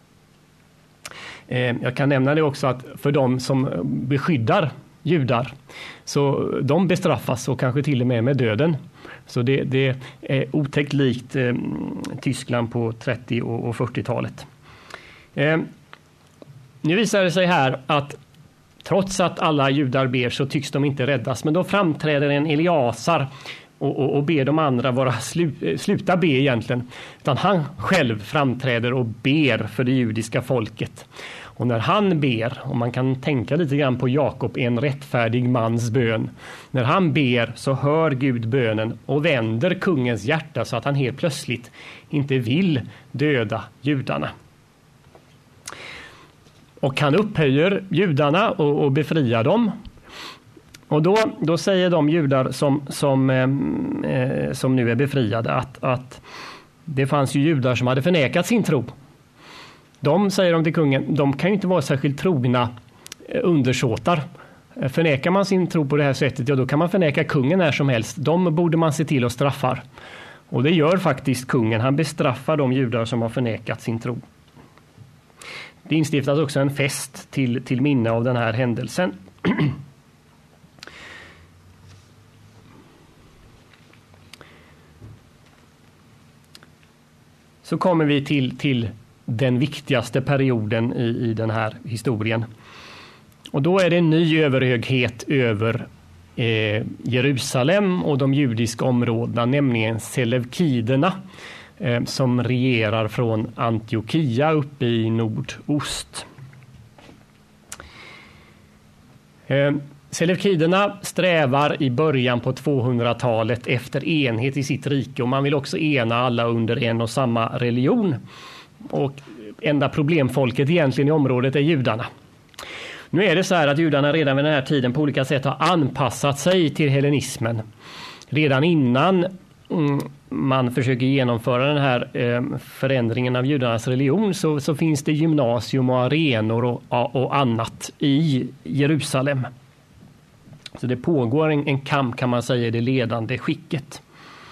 Jag kan nämna det också att för de som beskyddar judar, så de bestraffas och kanske till och med med döden. Så det, det är otäckt likt eh, Tyskland på trettio- och fyrtiotalet. Eh, nu visar det sig här att trots att alla judar ber så tycks de inte räddas. Men då framträder en Eliasar och, och, och ber de andra vara slu, sluta be egentligen. Utan han själv framträder och ber för det judiska folket. Och när han ber, och man kan tänka lite grann på Jakob, en rättfärdig mans bön. När han ber så hör Gud bönen och vänder kungens hjärta så att han helt plötsligt inte vill döda judarna. Och han upphöjer judarna och, och befriar dem. Och då, då säger de judar som, som, eh, som nu är befriade att, att det fanns ju judar som hade förnekat sin tro. De, säger de till kungen, de kan ju inte vara särskilt trogna undersåtar. Förnekar man sin tro på det här sättet, ja då kan man förneka kungen när som helst. De borde man se till att straffa. Och det gör faktiskt kungen. Han bestraffar de judar som har förnekat sin tro. Det instiftas också en fest till, till minne av den här händelsen. Så kommer vi till, till den viktigaste perioden i, i den här historien. Och då är det en ny överhöghet över eh, Jerusalem och de judiska områdena, nämligen selevkiderna eh, som regerar från Antiochia uppe i nordost. Eh, Selevkiderna strävar i början på tvåhundratalet efter enhet i sitt rike och man vill också ena alla under en och samma religion. Och enda problemfolket egentligen i området är judarna. Nu är det så här att judarna redan vid den här tiden på olika sätt har anpassat sig till hellenismen. Redan innan mm, man försöker genomföra den här eh, förändringen av judarnas religion så, så finns det gymnasium och arenor och, och annat i Jerusalem. Så det pågår en, en kamp kan man säga i det ledande skicket.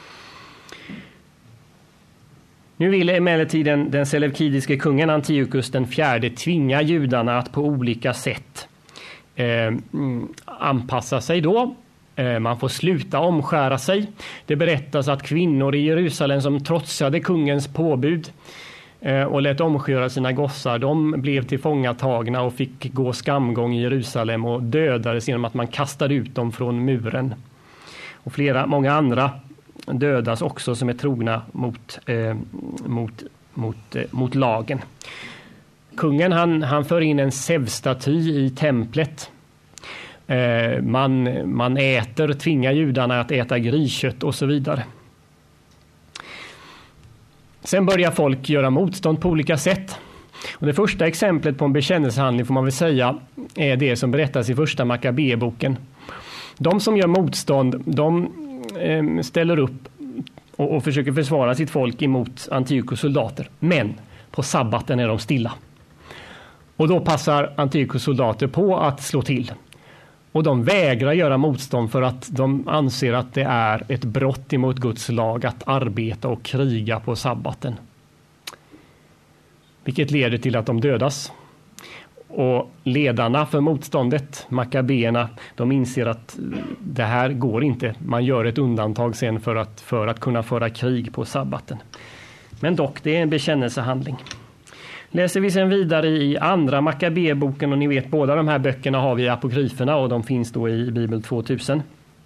Nu vill emellertid den, den selevkidiske kungen Antiochus den fjärde tvinga judarna att på olika sätt eh, anpassa sig då. Eh, man får sluta omskära sig. Det berättas att kvinnor i Jerusalem som trotsade kungens påbud eh, och lät omskära sina gossar, de blev tillfångatagna och fick gå skamgång i Jerusalem och dödades genom att man kastade ut dem från muren. Och flera, många andra dödas också som är trogna mot, eh, mot, mot, eh, mot lagen. Kungen han, han för in en Zeus-staty i templet. Eh, man, man äter, tvingar judarna att äta griskött och så vidare. Sen börjar folk göra motstånd på olika sätt. Och det första exemplet på en bekännelsehandling får man väl säga är det som berättas i första Makabeboken. De som gör motstånd, de ställer upp och, och försöker försvara sitt folk emot Antiochus soldater. Men på sabbaten är de stilla. Och då passar Antiochus soldater på att slå till. Och de vägrar göra motstånd för att de anser att det är ett brott emot Guds lag att arbeta och kriga på sabbaten. Vilket leder till att de dödas. Och ledarna för motståndet, Makabeerna, de inser att det här går inte. Man gör ett undantag sen för att, för att kunna föra krig på sabbaten. Men dock, det är en bekännelsehandling. Läser vi sen vidare i andra Makabeboken, och ni vet båda de här böckerna har vi i apokryferna och de finns då i Bibel tvåtusen.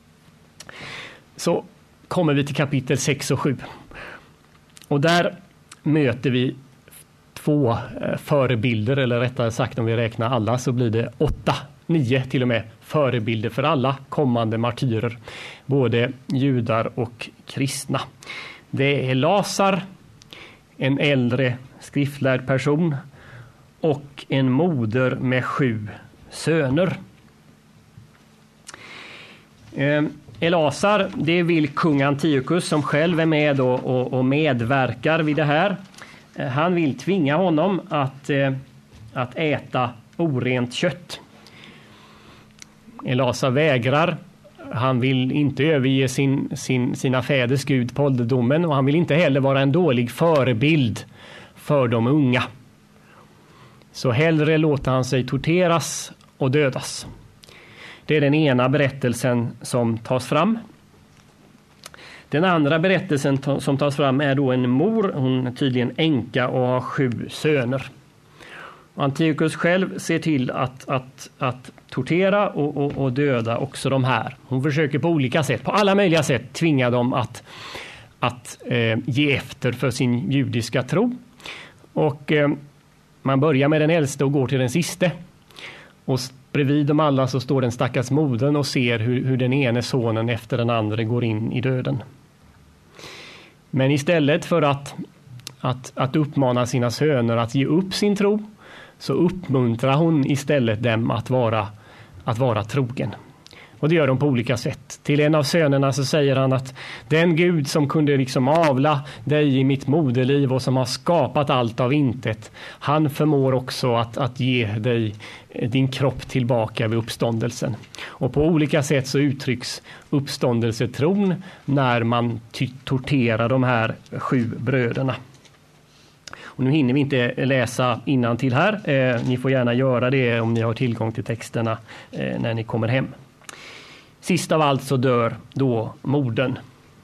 Så kommer vi till kapitel sex och sju. Och där möter vi två förebilder, eller rättare sagt om vi räknar alla så blir det åtta, nio till och med förebilder för alla kommande martyrer, både judar och kristna. Det är Lazar, en äldre skriftlärd person och en moder med sju söner. Eh, Lazar, det vill kung Antiochus som själv är med och, och, och medverkar vid det här. Han vill tvinga honom att, eh, att äta orent kött. Lazar vägrar. Han vill inte överge sin, sin, sina fäders gud på ålderdomen och han vill inte heller vara en dålig förebild för de unga. Så hellre låter han sig torteras och dödas. Det är den ena berättelsen som tas fram. Den andra berättelsen som tas fram är då en mor, hon är tydligen änka och har sju söner. Antiochus själv ser till att, att, att tortera och, och, och döda också de här. Hon försöker på olika sätt, på alla möjliga sätt tvinga dem att, att eh, ge efter för sin judiska tro. Och eh, man börjar med den äldste och går till den siste. Och bredvid dem alla så står den stackars modern och ser hur, hur den ene sonen efter den andra går in i döden. Men istället för att, att, att uppmana sina söner att ge upp sin tro, så uppmuntrar hon istället dem att vara, att vara trogen. Och det gör de på olika sätt. Till en av sönerna så säger han att den Gud som kunde liksom avla dig i mitt moderliv och som har skapat allt av intet, han förmår också att, att ge dig din kropp tillbaka vid uppståndelsen. Och på olika sätt så uttrycks uppståndelsetron när man ty- torterar de här sju bröderna. Och nu hinner vi inte läsa innantill här. Eh, ni får gärna göra det om ni har tillgång till texterna eh, när ni kommer hem. Sist av allt så dör då modern.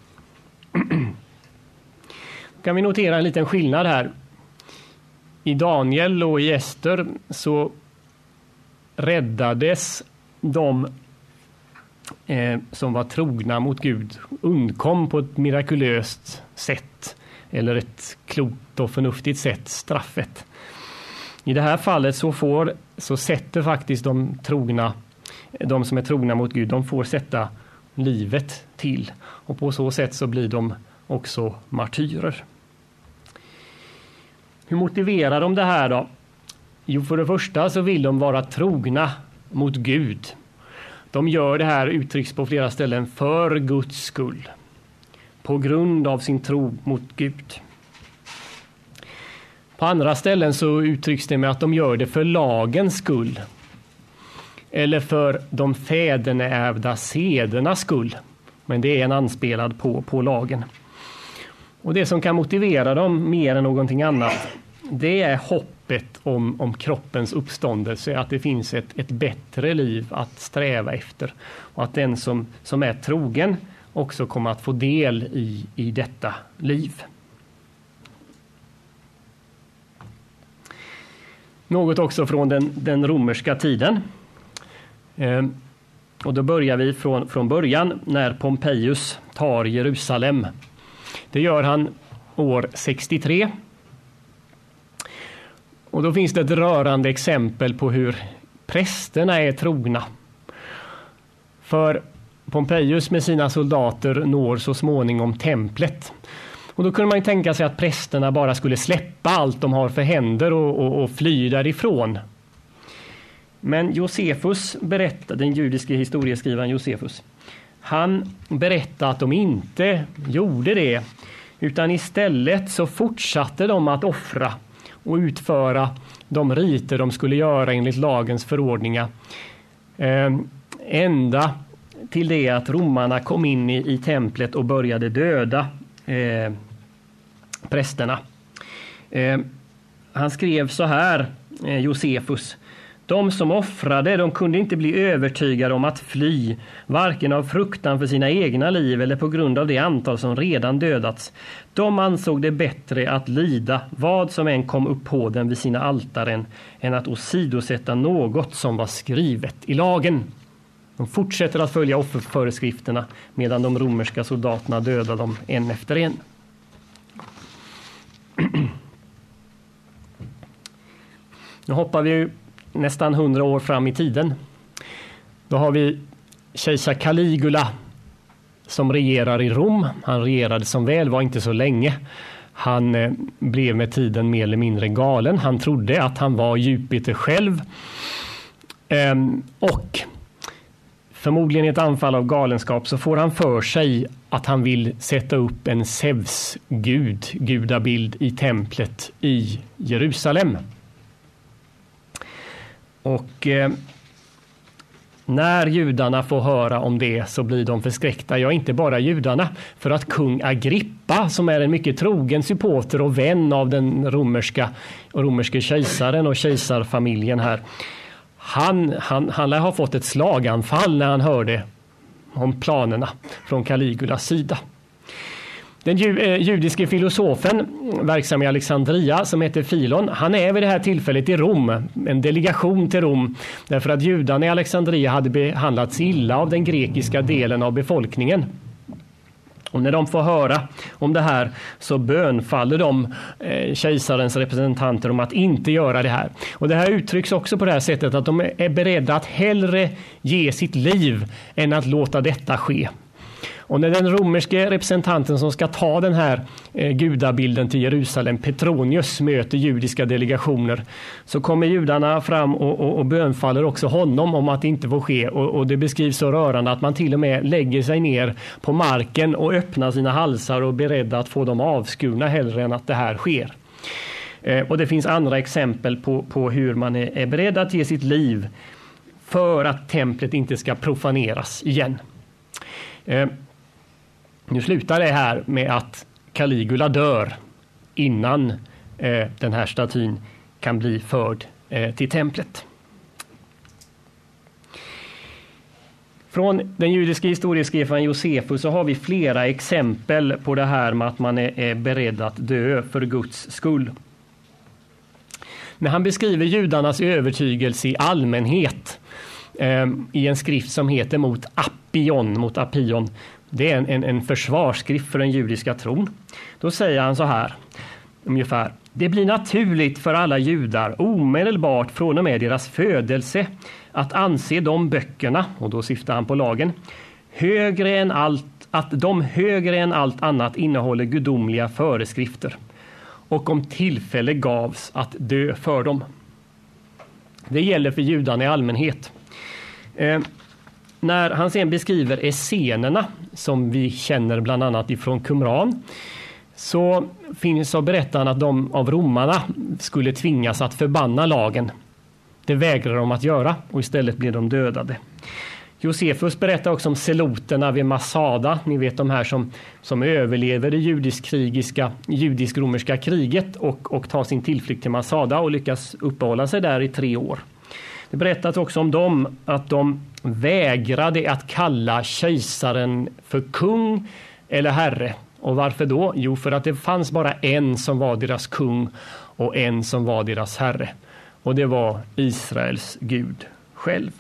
Kan vi notera en liten skillnad här. I Daniel och i Ester så räddades de eh, som var trogna mot Gud, undkom på ett mirakulöst sätt eller ett klokt och förnuftigt sätt straffet. I det här fallet så får så sätter faktiskt de trogna, de som är trogna mot Gud, de får sätta livet till, och på så sätt så blir de också martyrer. Hur motiverar de det här då? Jo, för det första så vill de vara trogna mot Gud. De gör det här, uttrycks på flera ställen, för Guds skull. På grund av sin tro mot Gud. På andra ställen så uttrycks det med att de gör det för lagens skull. Eller för de fäderneärvda sedernas skull. Men det är en anspelad på, på lagen. Och det som kan motivera dem mer än någonting annat, det är hoppet om, om kroppens uppståndelse. Att det finns ett, ett bättre liv att sträva efter. Och att den som, som är trogen också kommer att få del i, i detta liv. Något också från den, den romerska tiden. Eh, och då börjar vi från, från början när Pompejus tar Jerusalem. Det gör han år sextiotre. Och då finns det ett rörande exempel på hur prästerna är trogna. För Pompejus med sina soldater når så småningom templet. Och då kunde man ju tänka sig att prästerna bara skulle släppa allt de har för händer och, och, och fly därifrån. Men Josefus berättar, den judiska historieskrivaren Josefus, han berättar att de inte gjorde det, utan istället så fortsatte de att offra och utföra de riter de skulle göra enligt lagens förordningar. Eh, ända till det att romarna kom in i, i templet och började döda eh, prästerna. Eh, han skrev så här, eh, Josefus: de som offrade, de kunde inte bli övertygade om att fly, varken av fruktan för sina egna liv eller på grund av det antal som redan dödats. De ansåg det bättre att lida vad som än kom upp på den vid sina altaren än att åsidosätta något som var skrivet i lagen. De fortsätter att följa offerföreskrifterna medan de romerska soldaterna dödar dem en efter en. Nu hoppar vi nästan hundra år fram i tiden. Då har vi kejsar Caligula som regerar i Rom. Han regerade som väl var inte så länge. Han eh, blev med tiden mer eller mindre galen. Han trodde att han var Jupiter själv. Ehm, och förmodligen i ett anfall av galenskap så får han för sig att han vill sätta upp en Zeus-gud, gudabild i templet i Jerusalem. Och eh, när judarna får höra om det så blir de förskräckta. Ja, inte bara judarna, för att kung Agrippa, som är en mycket trogen supporter och vän av den romerska, romerska kejsaren och kejsarfamiljen här, han, han, han lär ha fått ett slaganfall när han hörde om planerna från Caligulas sida. Den judiske filosofen verksam i Alexandria som heter Filon, han är vid det här tillfället i Rom, en delegation till Rom, därför att judarna i Alexandria hade behandlats illa av den grekiska delen av befolkningen. Och när de får höra om det här så bönfaller de eh, kejsarens representanter om att inte göra det här. Och det här uttrycks också på det här sättet att de är beredda att hellre ge sitt liv än att låta detta ske. Och när den romerske representanten som ska ta den här eh, gudabilden till Jerusalem, Petronius, möter judiska delegationer, så kommer judarna fram och, och, och bönfaller också honom om att det inte får ske. Och, och det beskrivs så rörande att man till och med lägger sig ner på marken och öppnar sina halsar och är beredda att få dem avskurna hellre än att det här sker. Eh, och det finns andra exempel på, på hur man är, är beredd att ge sitt liv för att templet inte ska profaneras igen. Eh, Nu slutar det här med att Caligula dör innan eh, den här statyn kan bli förd eh, till templet. Från den judiska historieskrivaren Josefus så har vi flera exempel på det här med att man är, är beredd att dö för Guds skull. När han beskriver judarnas övertygelse i allmänhet eh, i en skrift som heter Mot Appion, mot Appion, det är en, en, en försvarsskrift för den judiska tron. Då säger han så här, ungefär: det blir naturligt för alla judar omedelbart från och med deras födelse att anse de böckerna, och då syftar han på lagen, högre än allt, att de högre än allt annat innehåller gudomliga föreskrifter, och om tillfälle gavs att dö för dem. Det gäller för judarna i allmänhet. Eh, När han sen beskriver essenerna som vi känner bland annat ifrån Qumran, så finns så berättar han att de av romarna skulle tvingas att förbanna lagen. Det vägrar de att göra och istället blir de dödade. Josefus berättar också om seloterna vid Masada, ni vet de här som, som överlever det judisk-krigiska, judisk-romerska kriget och, och tar sin tillflykt till Masada och lyckas uppehålla sig där i tre år. Det berättas också om dem att de vägrade att kalla kejsaren för kung eller herre. Och varför då? Jo, för att det fanns bara en som var deras kung och en som var deras herre. Och det var Israels Gud själv.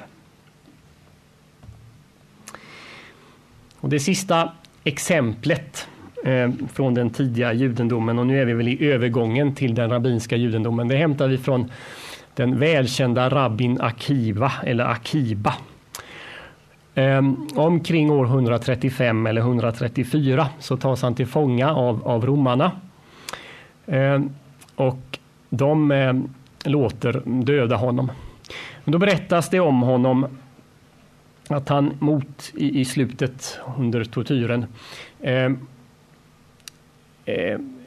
Och det sista exemplet eh, från den tidiga judendomen, och nu är vi väl i övergången till den rabbinska judendomen, det hämtar vi från den välkända rabbin Akiva eller Akiba. Um, omkring år etthundratrettiofem eller etthundratrettiofyra så tas han till fånga av, av romarna. Um, och de um, låter döda honom. Men då berättas det om honom att han mot i, i slutet under tortyren um, um,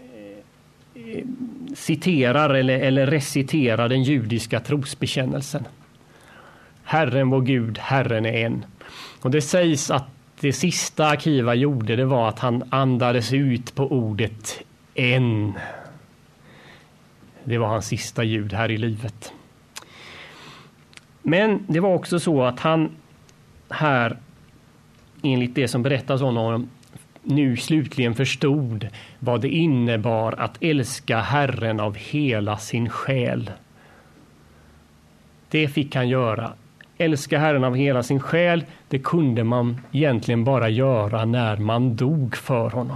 citerar eller, eller reciterar den judiska trosbekännelsen. Herren vår Gud, Herren är en. Och det sägs att det sista Akiva gjorde, det var att han andades ut på ordet en. Det var hans sista ljud här i livet. Men det var också så att han här, enligt det som berättas om honom, nu slutligen förstod vad det innebar att älska Herren av hela sin själ. Det fick han göra. Älska Herren av hela sin själ, det kunde man egentligen bara göra när man dog för honom.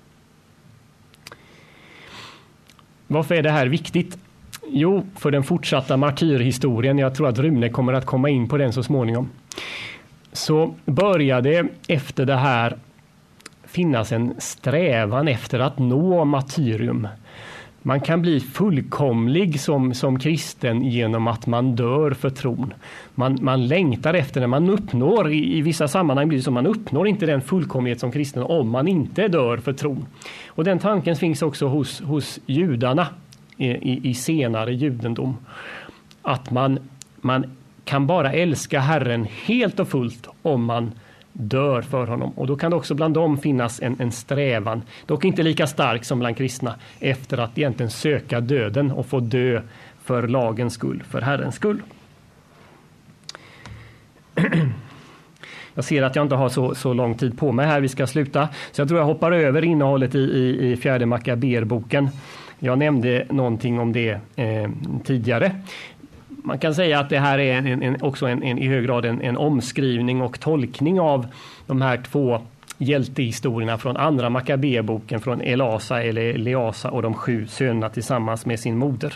Varför är det här viktigt? Jo, för den fortsatta martyrhistorien. Jag tror att Rune kommer att komma in på den så småningom. Så började efter det här finnas en strävan efter att nå martyrium. Man kan bli fullkomlig som, som kristen genom att man dör för tron. Man, man längtar efter när man uppnår, i, i vissa sammanhang blir det som man uppnår inte den fullkomlighet som kristen om man inte dör för tron. Och den tanken finns också hos, hos judarna i, i, i senare judendom. Att man, man kan bara älska Herren helt och fullt om man dör för honom. Och då kan det också bland dem finnas en, en strävan, dock inte lika stark som bland kristna, efter att egentligen söka döden och få dö för lagens skull, för Herrens skull. Jag ser att jag inte har så, så lång tid på mig här, vi ska sluta. Så jag tror jag hoppar över innehållet i, i, i fjärde Makaberboken. Jag nämnde någonting om det eh, tidigare. Man kan säga att det här är en, en, också en, en, i hög grad en, en omskrivning och tolkning av de här två hjältehistorierna från andra Makaberboken, från Elasa eller Eleasa och de sju sönerna tillsammans med sin moder.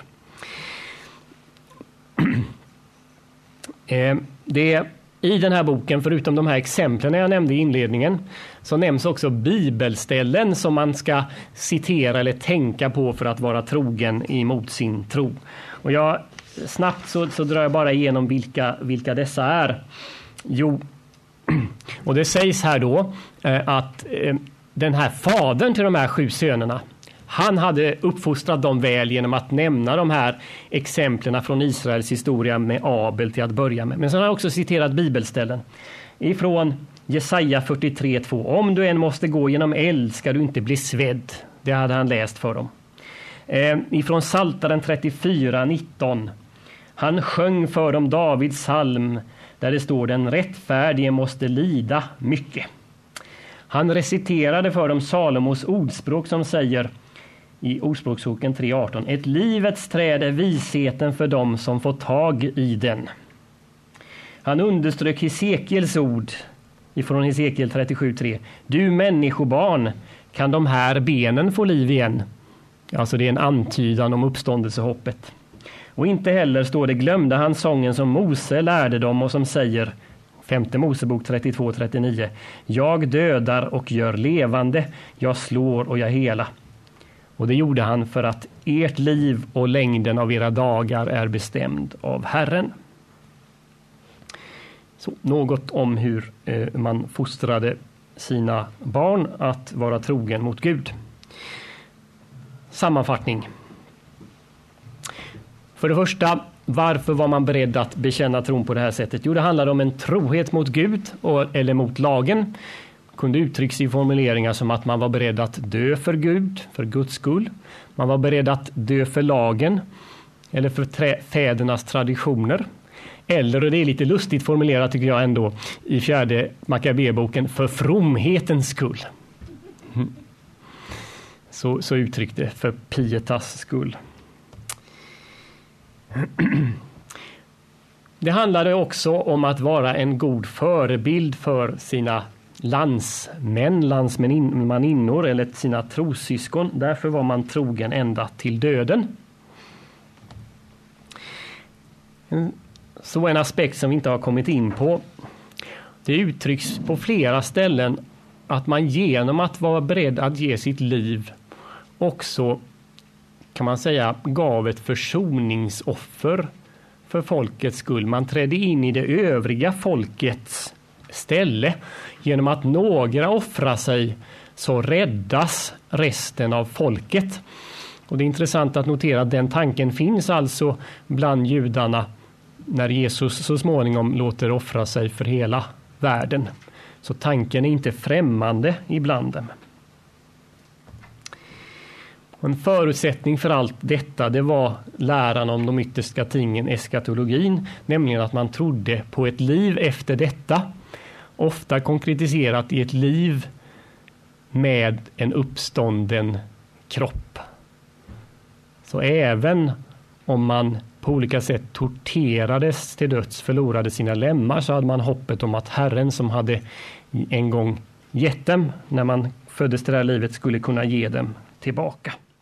eh, det I den här boken, förutom de här exemplen jag nämnde i inledningen, så nämns också bibelställen som man ska citera eller tänka på för att vara trogen emot sin tro. Och jag snabbt så, så drar jag bara igenom vilka, vilka dessa är. Jo, och det sägs här då eh, att eh, den här fadern till de här sju sönerna, han hade uppfostrat dem väl genom att nämna de här exemplen från Israels historia med Abel till att börja med. Men så har han också citerat bibelställen ifrån Jesaja fyrtiotre två. Om du än måste gå genom eld ska du inte bli svedd. Det hade han läst för dem. Eh, ifrån Psaltaren trettiofyra nitton. Han sjöng för dem Davids psalm där det står: den rättfärdige måste lida mycket. Han reciterade för dem Salomos ordspråk som säger i Ordspråksboken tre arton: ett livets träd är visheten för dem som får tag i den. Han underströk Hesekiels ord ifrån Hesekiel trettiosju tre. Du människobarn, kan de här benen få liv igen? Alltså det är en antydan om uppståndelsehoppet. Och inte heller står det glömde han sången som Mose lärde dem och som säger, femte Mosebok trettiotvå trettionio: jag dödar och gör levande, jag slår och jag hela. Och det gjorde han för att ert liv och längden av era dagar är bestämd av Herren. Så något om hur eh, man fostrade sina barn att vara trogen mot Gud. Sammanfattning. För det första, varför var man beredd att bekänna tron på det här sättet? Jo, det handlade om en trohet mot Gud och, eller mot lagen. Kunde uttryckas i formuleringar som att man var beredd att dö för Gud, för Guds skull. Man var beredd att dö för lagen eller för trä- fädernas traditioner. Eller, och det är lite lustigt formulerat tycker jag ändå, i fjärde Makaberboken, för fromhetens skull. Mm. Så, så uttryckte för pietas skull. Det handlade också om att vara en god förebild för sina landsmän, landsmaninnor eller sina trossyskon. Därför var man trogen ända till döden. Så en aspekt som vi inte har kommit in på. Det uttrycks på flera ställen att man genom att vara beredd att ge sitt liv också, kan man säga, gav ett försoningsoffer för folkets skull. Man trädde in i det övriga folkets ställe. Genom att några offrar sig så räddas resten av folket. Och det är intressant att notera att den tanken finns alltså bland judarna när Jesus så småningom låter offra sig för hela världen. Så tanken är inte främmande ibland dem. En förutsättning för allt detta, det var läran om de yttersta tingen, eskatologin, nämligen att man trodde på ett liv efter detta, ofta konkretiserat i ett liv med en uppstånden kropp. Så även om man på olika sätt torterades till döds, förlorade sina lemmar, så hade man hoppet om att Herren som hade en gång gett dem när man föddes till det här livet skulle kunna ge dem tillbaka.